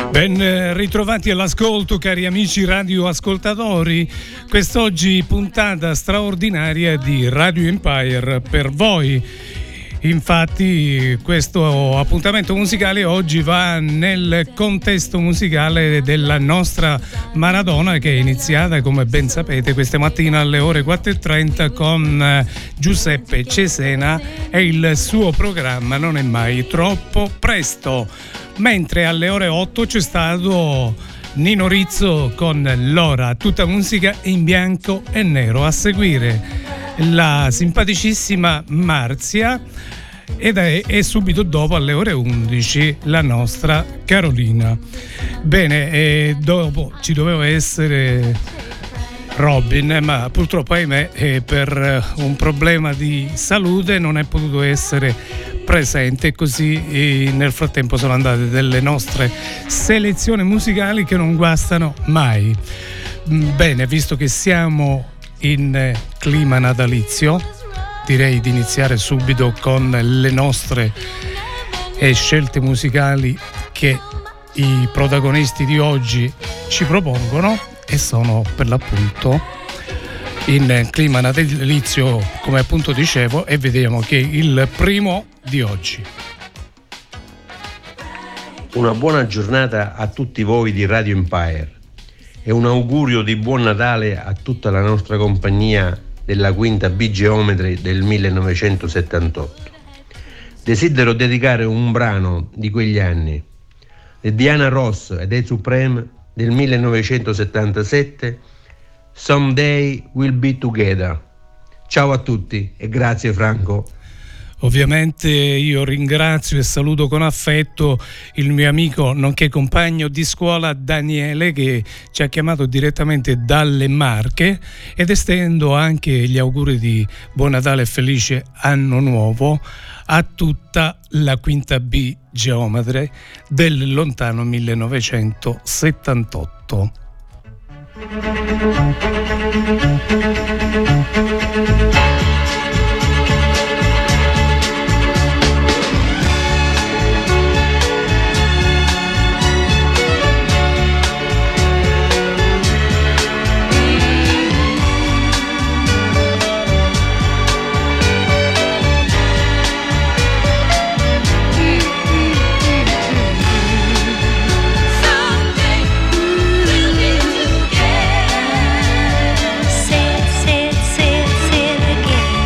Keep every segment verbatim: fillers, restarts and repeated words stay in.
Ben ritrovati all'ascolto, cari amici radioascoltatori. Quest'oggi puntata straordinaria di Radio Empire per voi. Infatti questo appuntamento musicale oggi va nel contesto musicale della nostra maratona, che è iniziata, come ben sapete, questa mattina alle ore quattro e trenta con Giuseppe Cesena e il suo programma Non è mai troppo presto, mentre alle ore otto c'è stato Nino Rizzo con L'ora, tutta musica in bianco e nero. A seguire la simpaticissima Marzia ed è, è subito dopo alle ore undici la nostra Carolina. Bene, e dopo ci doveva essere Robin, ma purtroppo ahimè eh, per un problema di salute non è potuto essere presente, così eh, nel frattempo sono andate delle nostre selezioni musicali che non guastano mai. Bene, visto che siamo in clima natalizio, direi di iniziare subito con le nostre eh, scelte musicali che i protagonisti di oggi ci propongono, e sono per l'appunto in clima natalizio, come appunto dicevo, e vediamo che il primo di oggi. Una buona giornata a tutti voi di Radio Empire e un augurio di buon Natale a tutta la nostra compagnia della quinta B Geometry del millenovecentosettantotto. Desidero dedicare un brano di quegli anni, di Diana Ross ed The Supreme del millenovecentosettantasette, Someday We'll Be Together. Ciao a tutti e grazie Franco. Ovviamente io ringrazio e saluto con affetto il mio amico nonché compagno di scuola Daniele, che ci ha chiamato direttamente dalle Marche, ed estendo anche gli auguri di buon Natale e felice anno nuovo a tutta la quinta B Geometry del lontano millenovecentosettantotto. Say it, say it, say it again.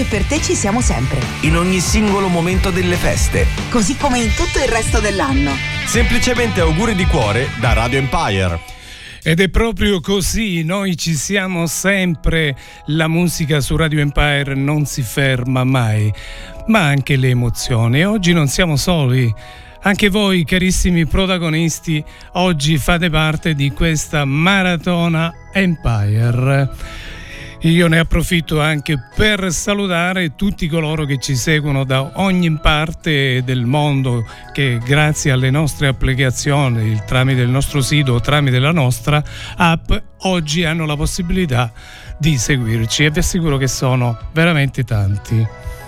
che per te ci siamo sempre. In ogni singolo momento delle feste. Così come in tutto il resto dell'anno. Semplicemente auguri di cuore da Radio Empire. Ed è proprio così, noi ci siamo sempre, la musica su Radio Empire non si ferma mai, ma anche le emozioni. E oggi non siamo soli, anche voi carissimi protagonisti, oggi fate parte di questa maratona Empire. Io ne approfitto anche per salutare tutti coloro che ci seguono da ogni parte del mondo, che grazie alle nostre applicazioni, tramite il nostro sito o tramite la nostra app, oggi hanno la possibilità di seguirci, e vi assicuro che sono veramente tanti.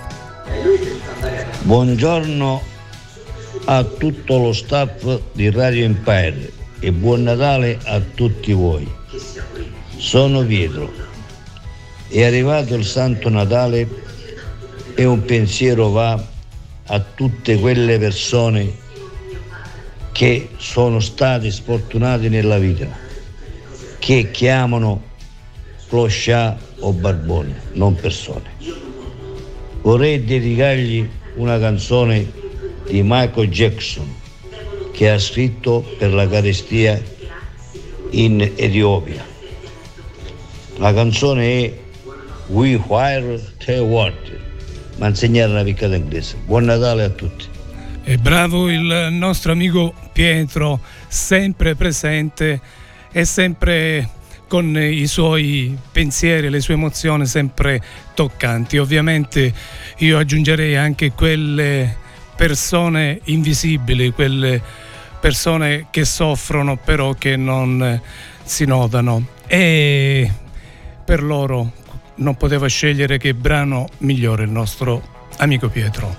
Buongiorno a tutto lo staff di Radio Empire e buon Natale a tutti voi. Sono Pietro. È arrivato il Santo Natale e un pensiero va a tutte quelle persone che sono state sfortunate nella vita, che chiamano clochard o barbone, non persone. Vorrei dedicargli una canzone di Michael Jackson che ha scritto per la carestia in Etiopia. La canzone è We Wire the World, ma insegnare una piccata inglese. Buon Natale a tutti. E bravo il nostro amico Pietro, sempre presente e sempre con i suoi pensieri, le sue emozioni sempre toccanti. Ovviamente io aggiungerei anche quelle persone invisibili, quelle persone che soffrono però che non si notano, e per loro non poteva scegliere che brano migliore il nostro amico Pietro.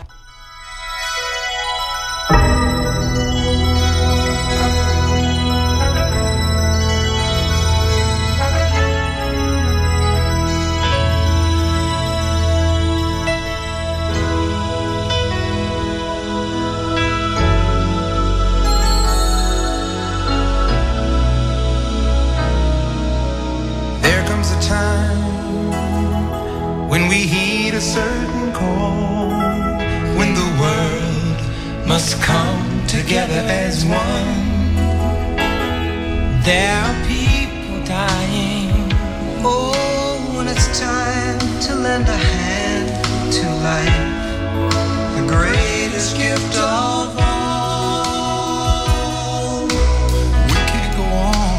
When we heed a certain call, when the world must come together as one. There are people dying. Oh, when it's time to lend a hand to life, the greatest gift of all. We can't go on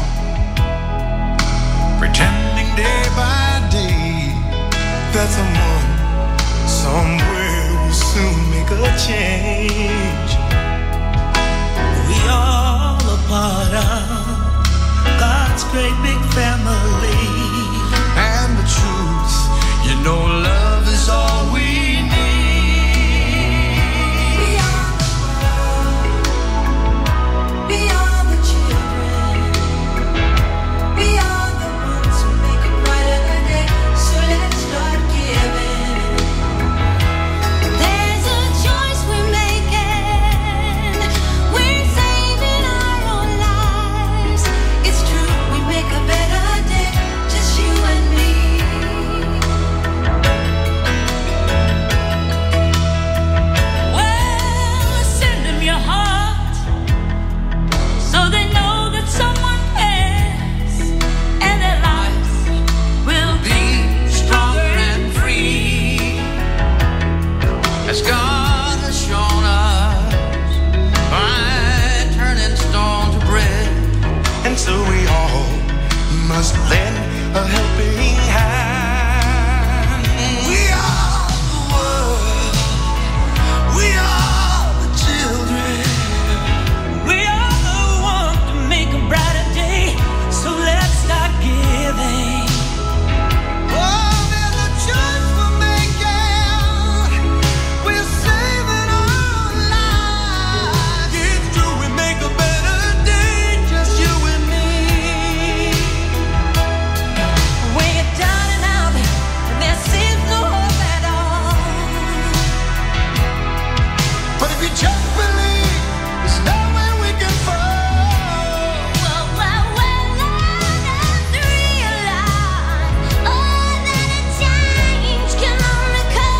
pretending day by day that someone somewhere will soon make a change. We all a part of God's great big family. And the truth, you know, love is all we need. We are the world. We are the children. We are the ones who make a brighter day. So let's start giving. There's a choice we're making. We're saving our own lives. It's true, we make a better day, just you and me. Well, send them your heart so they know that someone cares, and their lives will be stronger and free, as God has shown us by turning stone to bread. And so we all must lend a helping hand. We are the world. We are the children. We are the ones to make a brighter day. So let's start giving. Oh, there's a choice we're making. We're saving our lives. It's true, we make a better day, just you and me. When you're down and out, and there seems no hope at all. But if you just believe, there's nowhere we can fall. Well, well, well, let us realize, oh, that a change can only come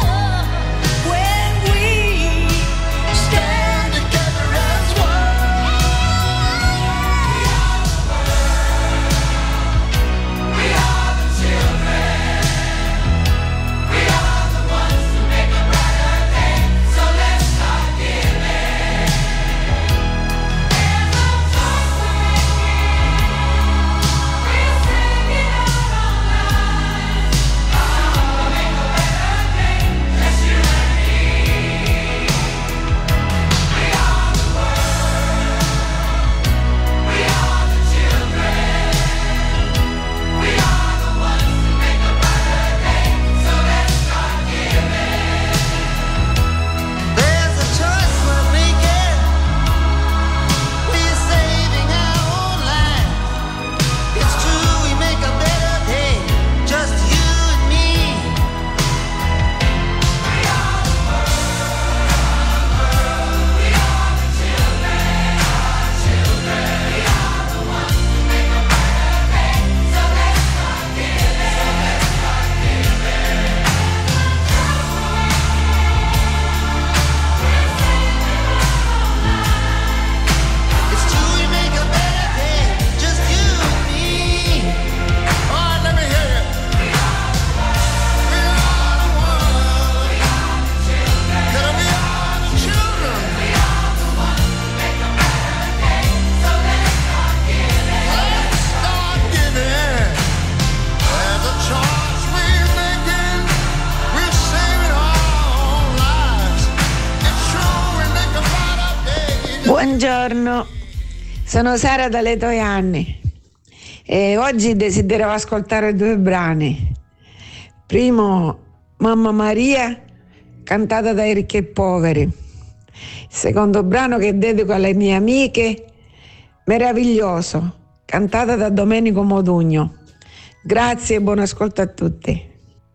Buongiorno, sono Sara da Leto e Anni e oggi desideravo ascoltare due brani. Primo, Mamma Maria, cantata dai Ricchi e Poveri. Il secondo brano che dedico alle mie amiche, Meraviglioso, cantata da Domenico Modugno. Grazie e buon ascolto a tutti.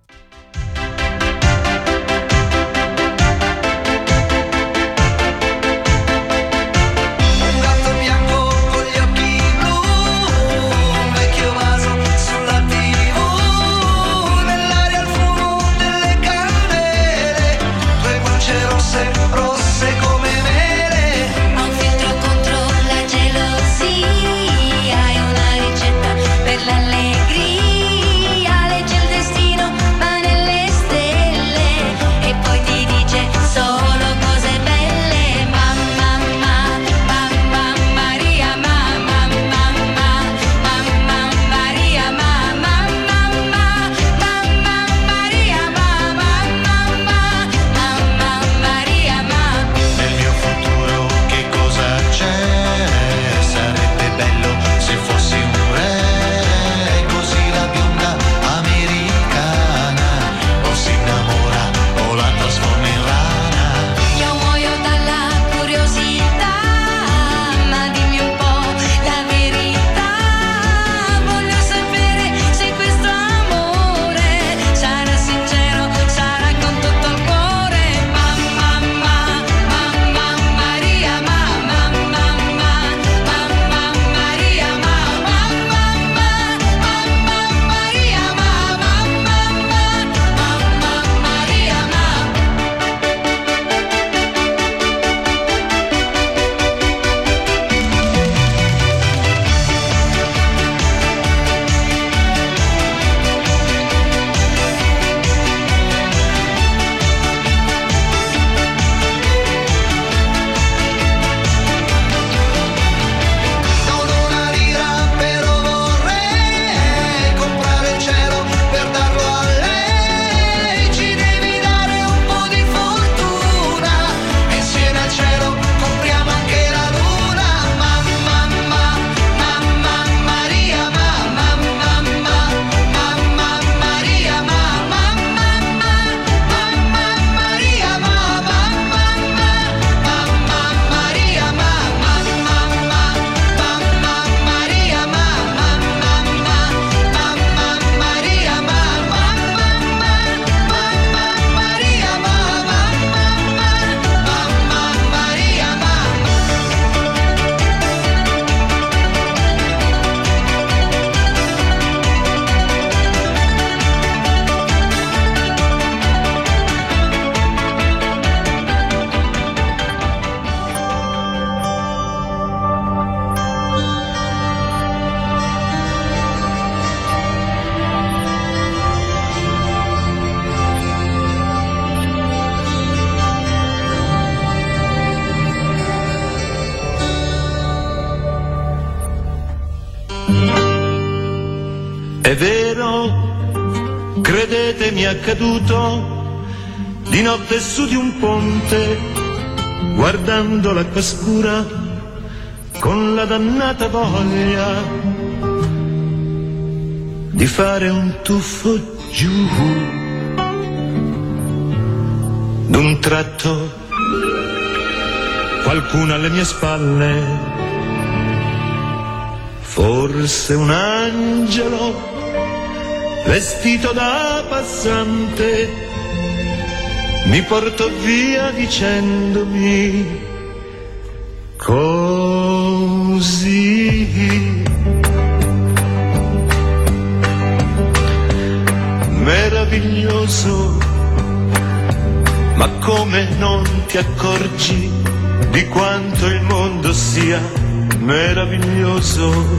È vero, credetemi, è accaduto di notte su di un ponte, guardando l'acqua scura con la dannata voglia di fare un tuffo giù. D'un tratto qualcuno alle mie spalle, forse un angelo vestito da passante, mi portò via dicendomi così. Meraviglioso, ma come non ti accorgi di quanto il mondo sia meraviglioso,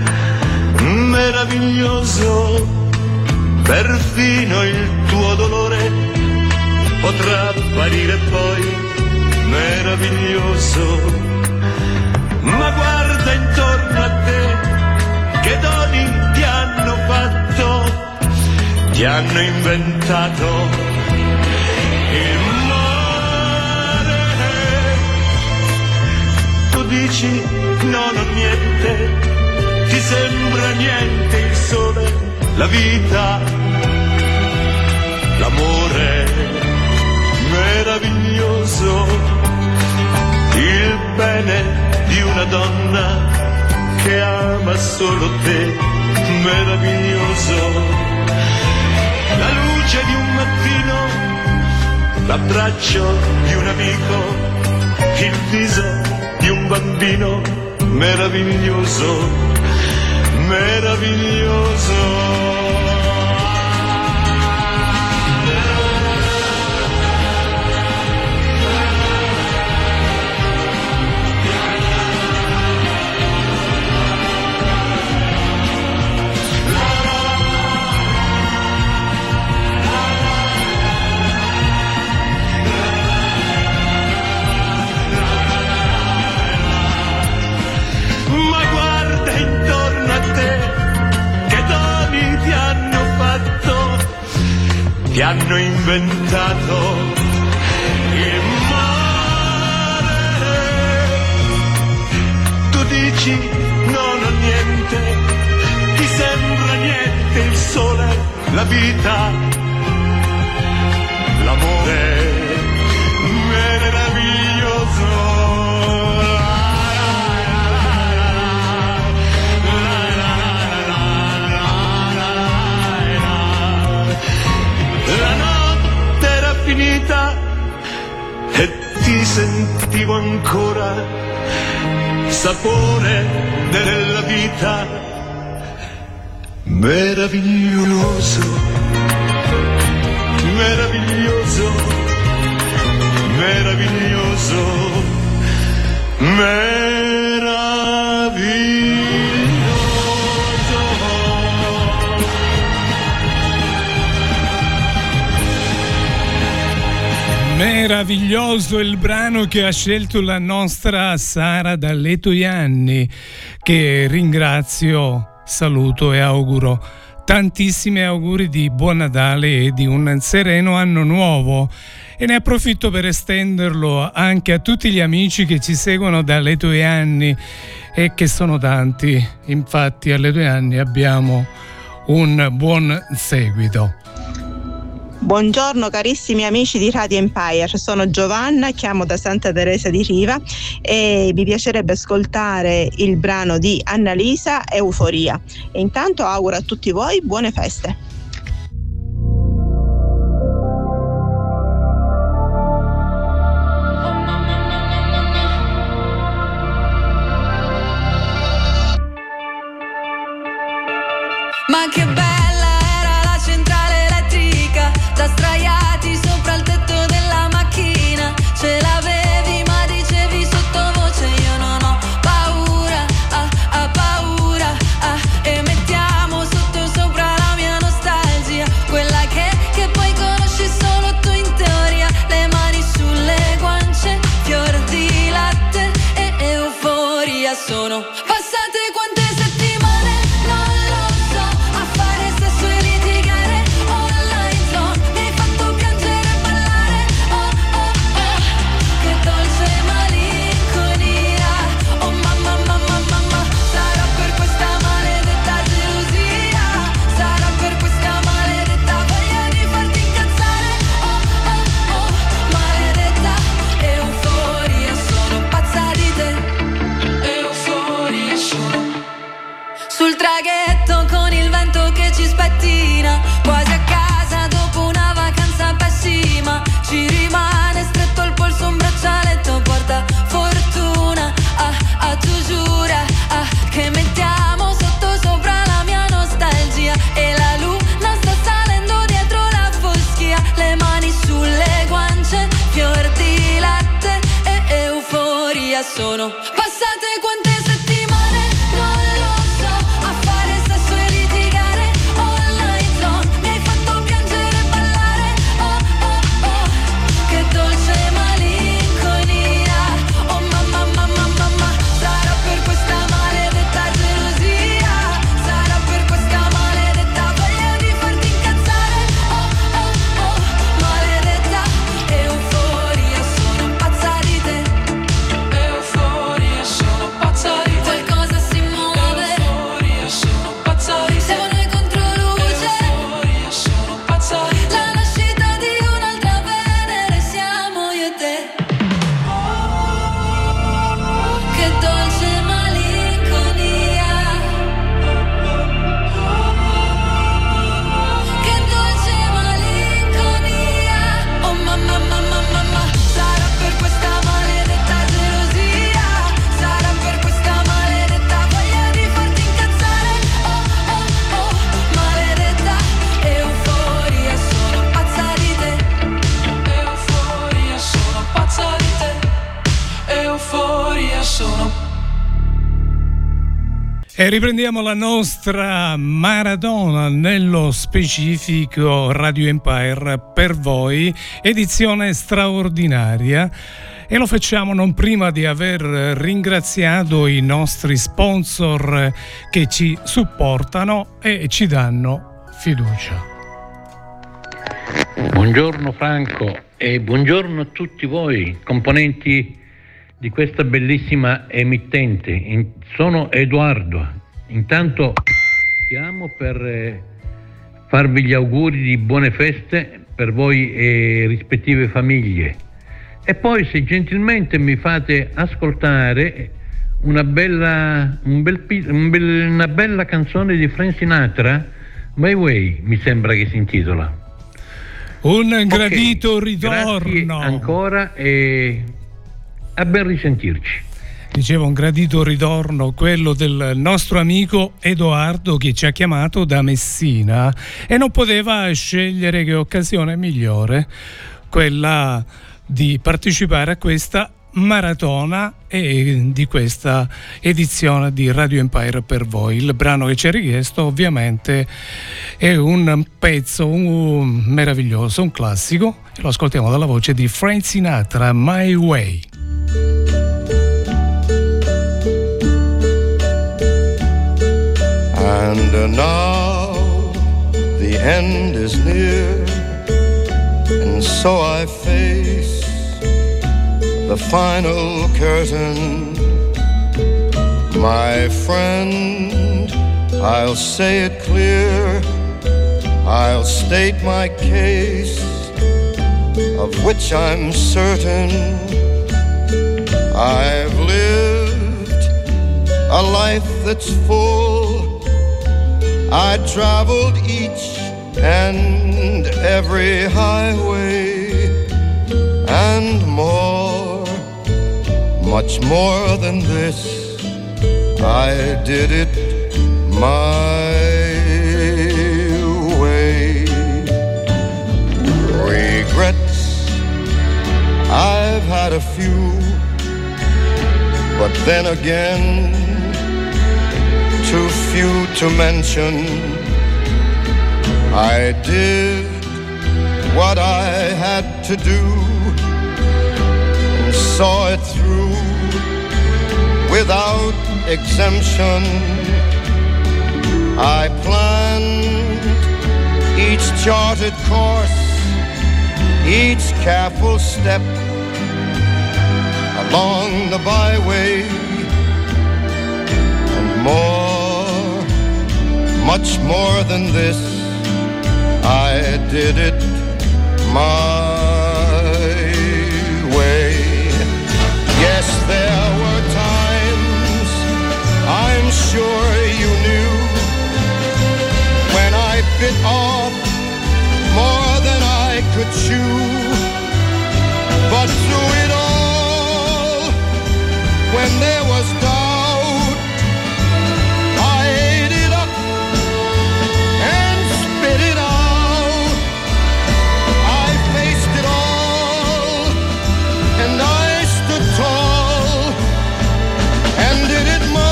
meraviglioso. Perfino il tuo dolore potrà apparire poi meraviglioso. Ma guarda intorno a te, che doni ti hanno fatto, ti hanno inventato il mare. dici non ho niente, ti sembra niente il sole, la vita, l'amore meraviglioso, il bene di una donna che ama solo te, meraviglioso. La luce di un mattino, l'abbraccio di un amico, il viso di un bambino, meraviglioso, meraviglioso. Ti hanno inventato il mare. Tu dici non ho niente, ti sembra niente il sole, la vita, l'amore meraviglioso. La notte era finita e ti sentivo ancora sapore della vita, meraviglioso, meraviglioso, meraviglioso, meraviglioso. Meraviglioso il brano che ha scelto la nostra Sara Daletoianni, che ringrazio, saluto e auguro tantissimi auguri di buon Natale e di un sereno anno nuovo, e ne approfitto per estenderlo anche a tutti gli amici che ci seguono da Letoianni, e che sono tanti. Infatti a Letoianni abbiamo un buon seguito. Buongiorno carissimi amici di Radio Empire, sono Giovanna, chiamo da Santa Teresa di Riva e mi piacerebbe ascoltare il brano di Annalisa, Euforia. E intanto auguro a tutti voi buone feste. Ma che bella era la centrale elettrica, da straiati sopra il tetto della macchina. Ce l'avevi ma dicevi sottovoce io non ho paura, ah, ah, paura, ah. E mettiamo sotto sopra la mia nostalgia, quella che, che poi conosci solo tu in teoria. Le mani sulle guance, fior di latte e euforia. Sono passate quante settimane, non lo so, a fare sesso e litigare online zone. Mi hai fatto piangere e ballare, oh oh oh, che dolce malinconia. Oh mamma mamma mamma, sarà per questa maledetta gelosia, sarà per questa maledetta voglia di farti incazzare, oh oh oh, maledetta euforia. Sono pazza di te, euforia sono. Sul traghetto con il vento che ci spettina, quasi a casa dopo una vacanza pessima. Ci rimane stretto al polso un braccialetto porta fortuna, ah ah tu giura, ah, che mettiamo sotto sopra la mia nostalgia. E la luna sta salendo dietro la foschia, le mani sulle guance, fior di latte e euforia. Sono passate quante settimane, non lo so, a fare sesso e litigare online zone. Mi hai fatto piangere e ballare, oh oh oh, che dolce malinconia. Oh mamma mamma mamma, sarà per questa maledetta gelosia, sarà per questa maledetta voglia di farti incazzare, oh oh oh, maledetta euforia. Sono pazza di te, euforia sono. sono. E riprendiamo la nostra maratona, nello specifico Radio Empire per voi, edizione straordinaria, e lo facciamo non prima di aver ringraziato i nostri sponsor che ci supportano e ci danno fiducia. Buongiorno Franco e buongiorno a tutti voi componenti di questa bellissima emittente. In, sono Edoardo. Intanto chiamo per eh, farvi gli auguri di buone feste per voi e rispettive famiglie. E poi, se gentilmente mi fate ascoltare una bella, un bel, un bel, una bella canzone di Frank Sinatra, My Way, mi sembra che si intitola. Un gradito okay, ritorno. Grazie ancora e a ben risentirci. Diceva un gradito ritorno quello del nostro amico Edoardo, che ci ha chiamato da Messina e non poteva scegliere che occasione migliore quella di partecipare a questa maratona e di questa edizione di Radio Empire per voi. Il brano che ci ha richiesto ovviamente è un pezzo un, meraviglioso, un classico, e lo ascoltiamo dalla voce di Frank Sinatra, My Way. And now the end is near, and so I face the final curtain. My friend, I'll say it clear, I'll state my case, of which I'm certain. I've lived a life that's full, I traveled each and every highway, and more, much more than this, I did it my way. Regrets, I've had a few, but then again, too few to mention. I did what I had to do and saw it through without exemption. I planned each charted course, each careful step along the byway, and more, much more than this, I did it my way. Yes, there were times, I'm sure you knew, when I bit off more than I could chew. But through it all, when there was doubt, I ate it up and spit it out. I faced it all, and I stood tall and did it my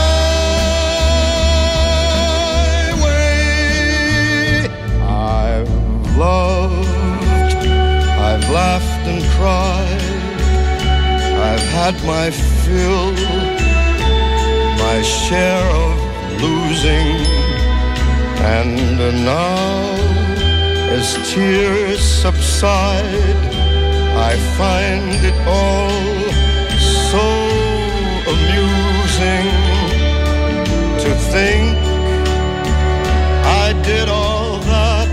way. I've loved, I've laughed and cried, I've had my fill, my share of losing, and now as tears subside, I find it all so amusing to think I did all that,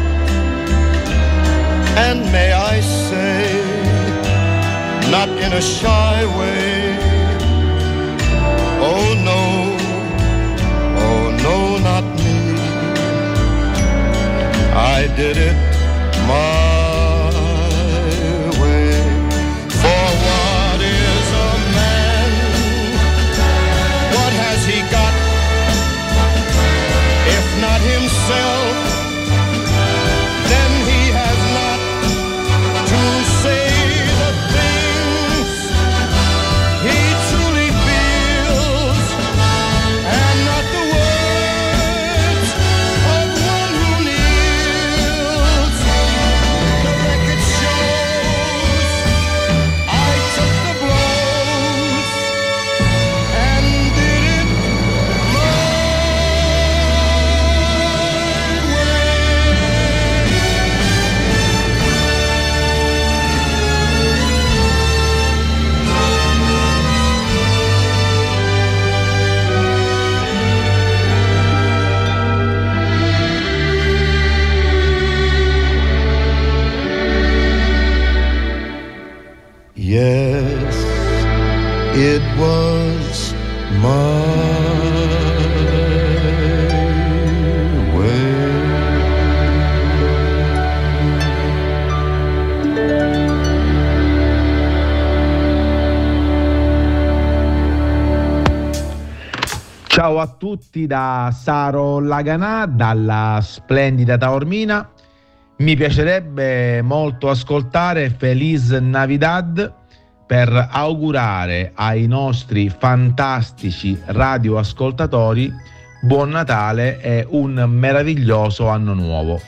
and may I say, not in a shy way, oh no, oh no, not me, I did it my way. For what is a man? What has he got? If not himself, then he has not to say the things he truly feels. It was my Ciao a tutti da Saro Laganà, dalla splendida Taormina. Mi piacerebbe molto ascoltare Feliz Navidad per augurare ai nostri fantastici radioascoltatori buon Natale e un meraviglioso anno nuovo.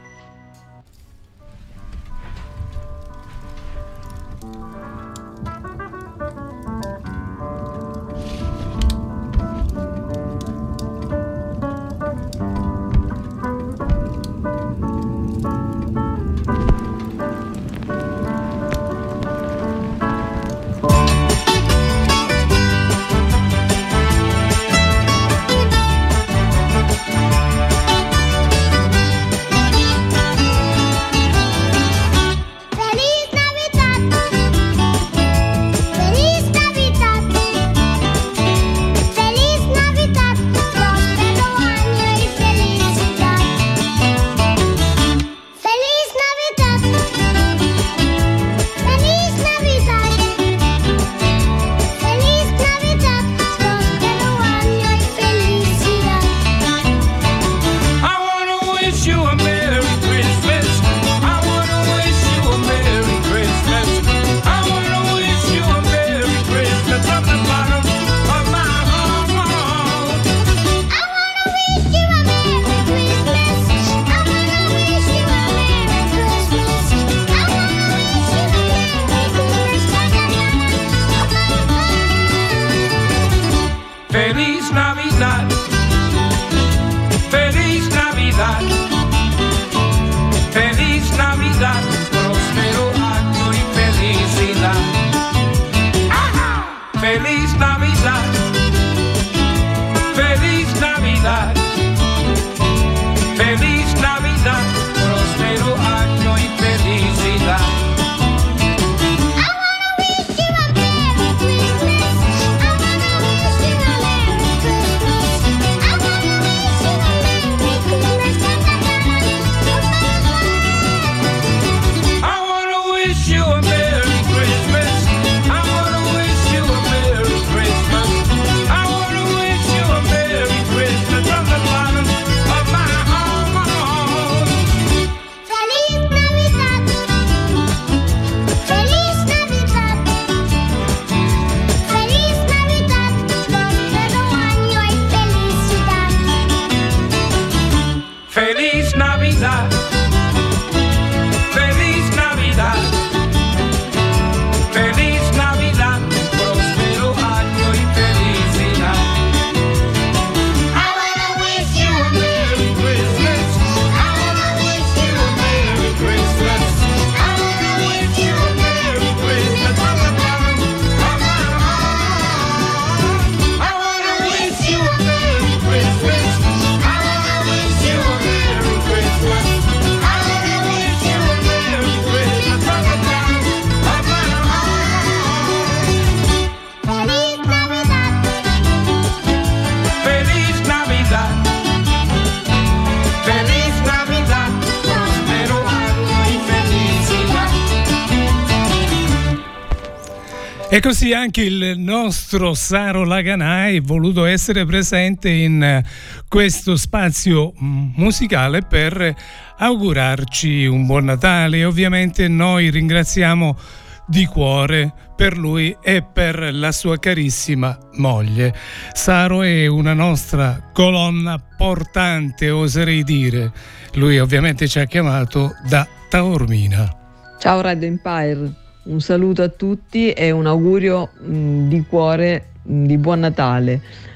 E così anche il nostro Saro Laganà è voluto essere presente in questo spazio musicale per augurarci un buon Natale, e ovviamente noi ringraziamo di cuore per lui e per la sua carissima moglie. Saro è una nostra colonna portante, oserei dire. Lui ovviamente ci ha chiamato da Taormina. Ciao Radio Empire. Un saluto a tutti e un augurio mh, di cuore mh, di buon Natale.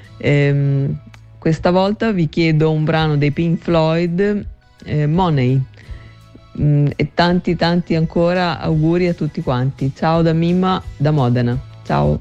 Ehm, questa volta vi chiedo un brano dei Pink Floyd, eh, Money, mh, e tanti tanti ancora auguri a tutti quanti. Ciao da Mimma da Modena. Ciao.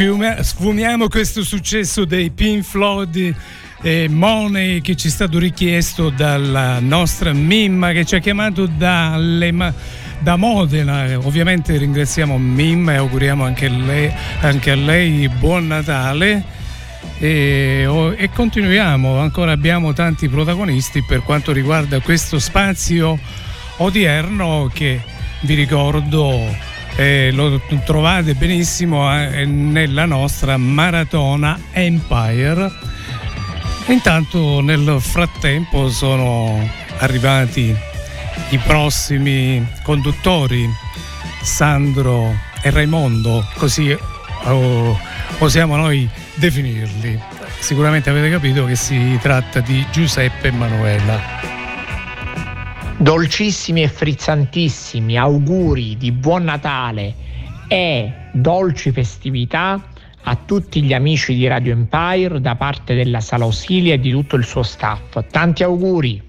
Sfuma, sfumiamo questo successo dei Pink Floyd e Money, che ci è stato richiesto dalla nostra Mimma, che ci ha chiamato dalle, da Modena. Ovviamente ringraziamo Mimma e auguriamo anche a lei, anche a lei buon Natale. E, e continuiamo, ancora abbiamo tanti protagonisti per quanto riguarda questo spazio odierno, che vi ricordo Eh, lo trovate benissimo eh, nella nostra maratona Empire. E intanto nel frattempo sono arrivati i prossimi conduttori, Sandro e Raimondo, così oh, osiamo noi definirli. Sicuramente avete capito che si tratta di Giuseppe e Manuela. Dolcissimi e frizzantissimi auguri di buon Natale e dolci festività a tutti gli amici di Radio Empire da parte della Sala Ausilia e di tutto il suo staff. Tanti auguri!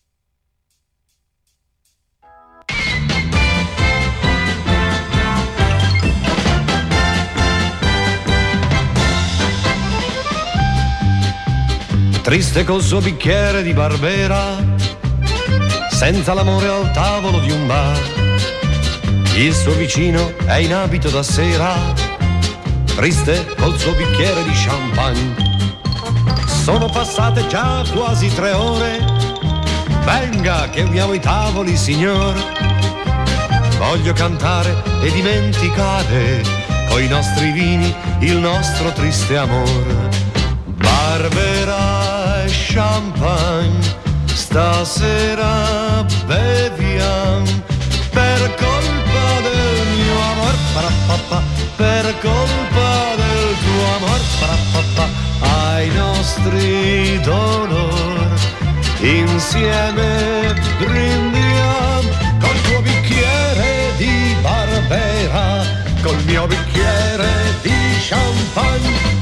Triste col suo bicchiere di Barbera, senza l'amore al tavolo di un bar, il suo vicino è in abito da sera, triste col suo bicchiere di champagne. Sono passate già quasi tre ore, venga che uniamo i tavoli signor, voglio cantare e dimenticare coi nostri vini il nostro triste amor. Barbera e champagne stasera beviamo per colpa del mio amor, parapapà, per colpa del tuo amor, parapapà, ai nostri dolor insieme brindiamo col tuo bicchiere di Barbera, col mio bicchiere di champagne.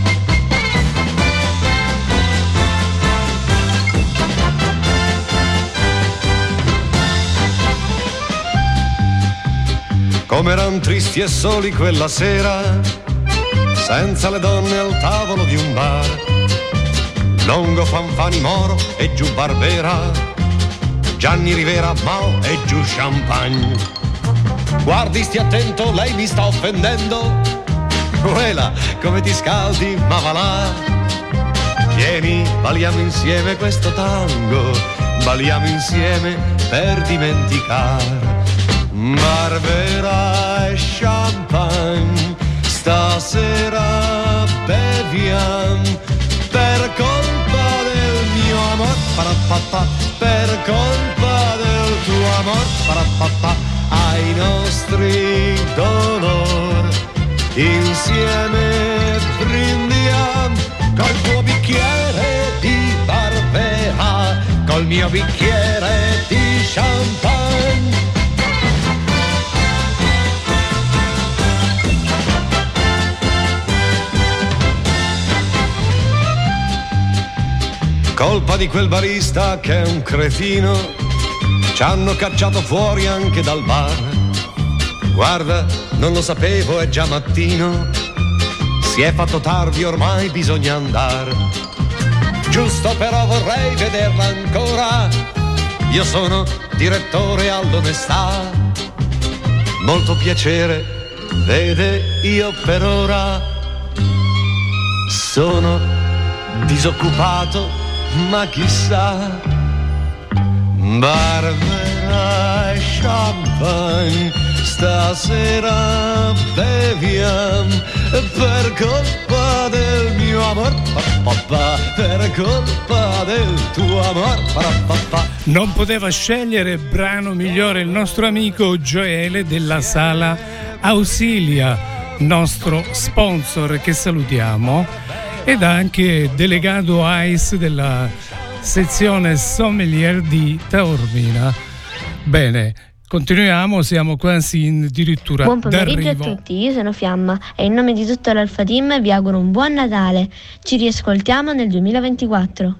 Come eran tristi e soli quella sera, senza le donne al tavolo di un bar. Longo, Fanfani, Moro e giù Barbera, Gianni Rivera, Mao e giù Champagne. Guardi, stia attento, lei mi sta offendendo. Quella, come ti scaldi, ma va là. Vieni, balliamo insieme questo tango, balliamo insieme per dimenticare. Barbera e champagne, stasera beviamo per colpa del mio amor, parapapà, per colpa del tuo amor, parapapà, ai nostri dolor insieme brindiamo col tuo bicchiere di Barbera, col mio bicchiere di champagne. Colpa di quel barista che è un cretino, ci hanno cacciato fuori anche dal bar. Guarda, non lo sapevo, è già mattino, si è fatto tardi, ormai bisogna andare. Giusto però vorrei vederla ancora, io sono direttore all'onestà. Molto piacere, vede, io per ora sono disoccupato, ma chissà. Barbera e champagne, stasera beviamo per colpa del mio amor, papà, per colpa del tuo amor, papà. Non poteva scegliere brano migliore il nostro amico Gioele della Sala Ausilia, nostro sponsor, che salutiamo, ed anche delegato A I S della sezione sommelier di Taormina. Bene, continuiamo, siamo quasi addirittura Buon pomeriggio d'arrivo. a tutti, io sono Fiamma e in nome di tutto l'Alfa Team vi auguro un buon Natale. Ci riascoltiamo nel duemilaventiquattro.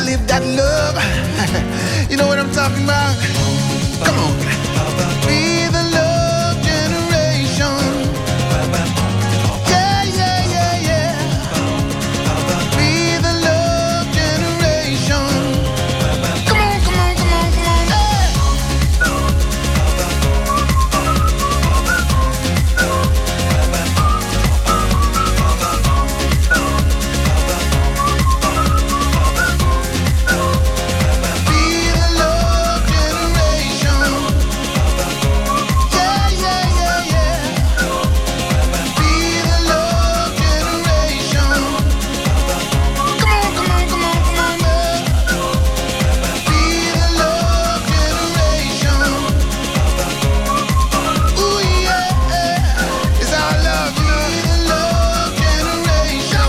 live that love. You know what I'm talking about? Come on. Be the love generation. Yeah, yeah, yeah, yeah. Be the love generation. Come on, come on, come on, come on. Hey. Be the love generation. Yeah, yeah, yeah, yeah. Be the love generation. Come on, come on, come on, come on, man. Be the love generation. Ooh, yeah. It's our love, you know. Be the love generation.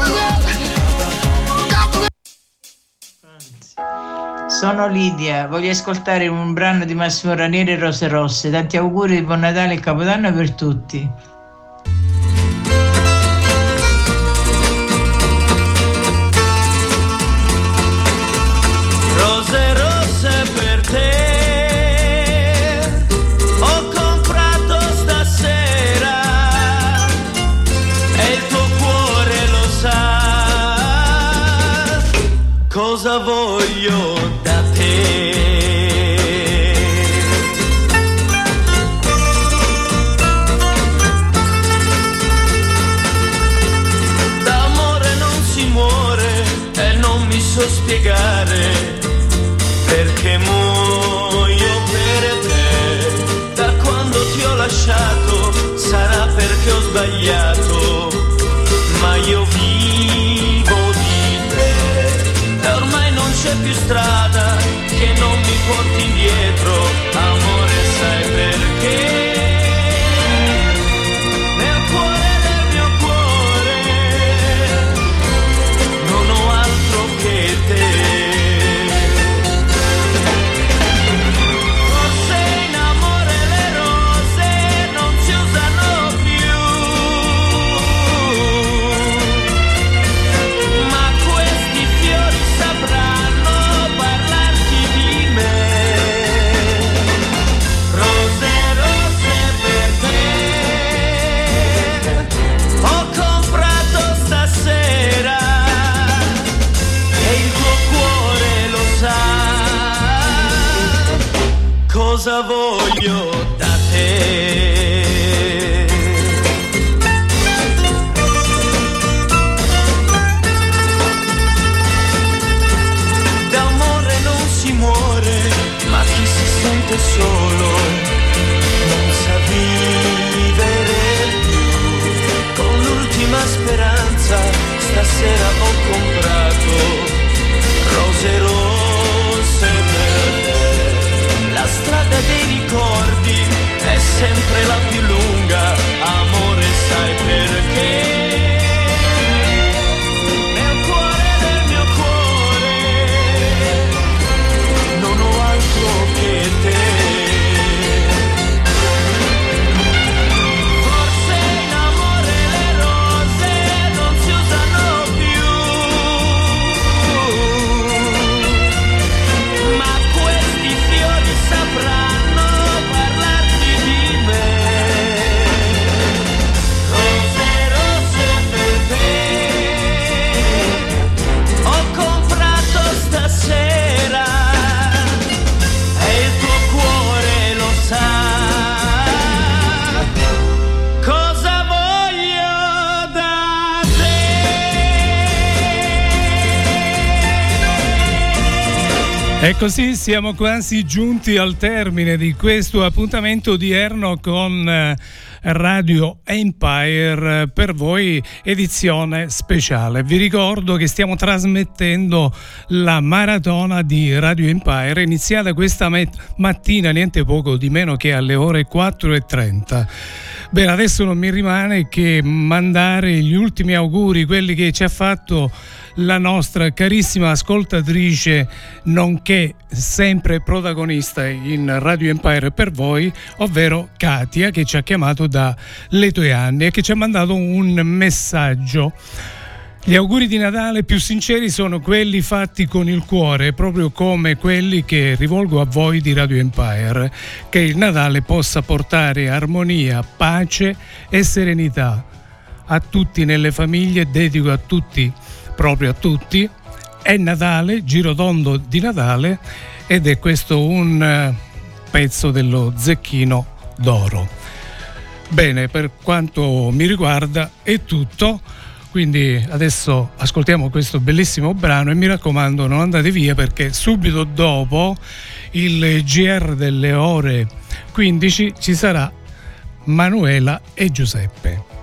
Sono Lidia, voglio ascoltare un brano di Massimo Ranieri e Rose Rosse. Tanti auguri di buon Natale e Capodanno per tutti. Rose rosse per te ho comprato stasera e il tuo cuore lo sa cosa voglio da te. D'amore non si muore e non mi so spiegare perché muoio per te. Da quando ti ho lasciato sarà perché ho sbagliato, ma io vivo di te e ormai non c'è più strada che non mi porti indietro, amore, sai perché? Nel cuore del mio cuore non ho altro che te. Forse in amore le rose non si usano più, ma questi fiori sapranno parlarti di me. Rose rosse per te ho comprato stasera e il tuo cuore lo sa cosa voglio da te. D'amore non si muore, ma chi si sente solo non sa vivere più. Con l'ultima speranza stasera ho comprato rose rosse per te. La strada dei ricordi è sempre la più lunga, amore, sai perché? Nel cuore del mio cuore non ho altro che te. Forse in amore le rose non si usano più, ma questi fiori sapranno parlarti di me. Rose rosse per te ho comprato stasera e il tuo cuore lo sa cosa voglio da E così siamo quasi giunti al termine di questo appuntamento odierno con eh, Radio Empire per voi, edizione speciale. Vi ricordo che stiamo trasmettendo la maratona di Radio Empire, iniziata questa met- mattina niente poco di meno che alle ore quattro e trenta. Bene, adesso non mi rimane che mandare gli ultimi auguri, quelli che ci ha fatto la nostra carissima ascoltatrice, nonché sempre protagonista in Radio Empire per voi, ovvero Katia, che ci ha chiamato da Letojanni e che ci ha mandato un messaggio. Gli auguri di Natale più sinceri sono quelli fatti con il cuore, proprio come quelli che rivolgo a voi di Radio Empire. Che il Natale possa portare armonia, pace e serenità a tutti nelle famiglie. Dedico a tutti, proprio a tutti. È Natale, girotondo di Natale, ed è questo un pezzo dello Zecchino d'Oro. Bene, per quanto mi riguarda è tutto. Quindi adesso ascoltiamo questo bellissimo brano e mi raccomando non andate via, perché subito dopo il G R delle ore quindici ci sarà Manuela e Giuseppe.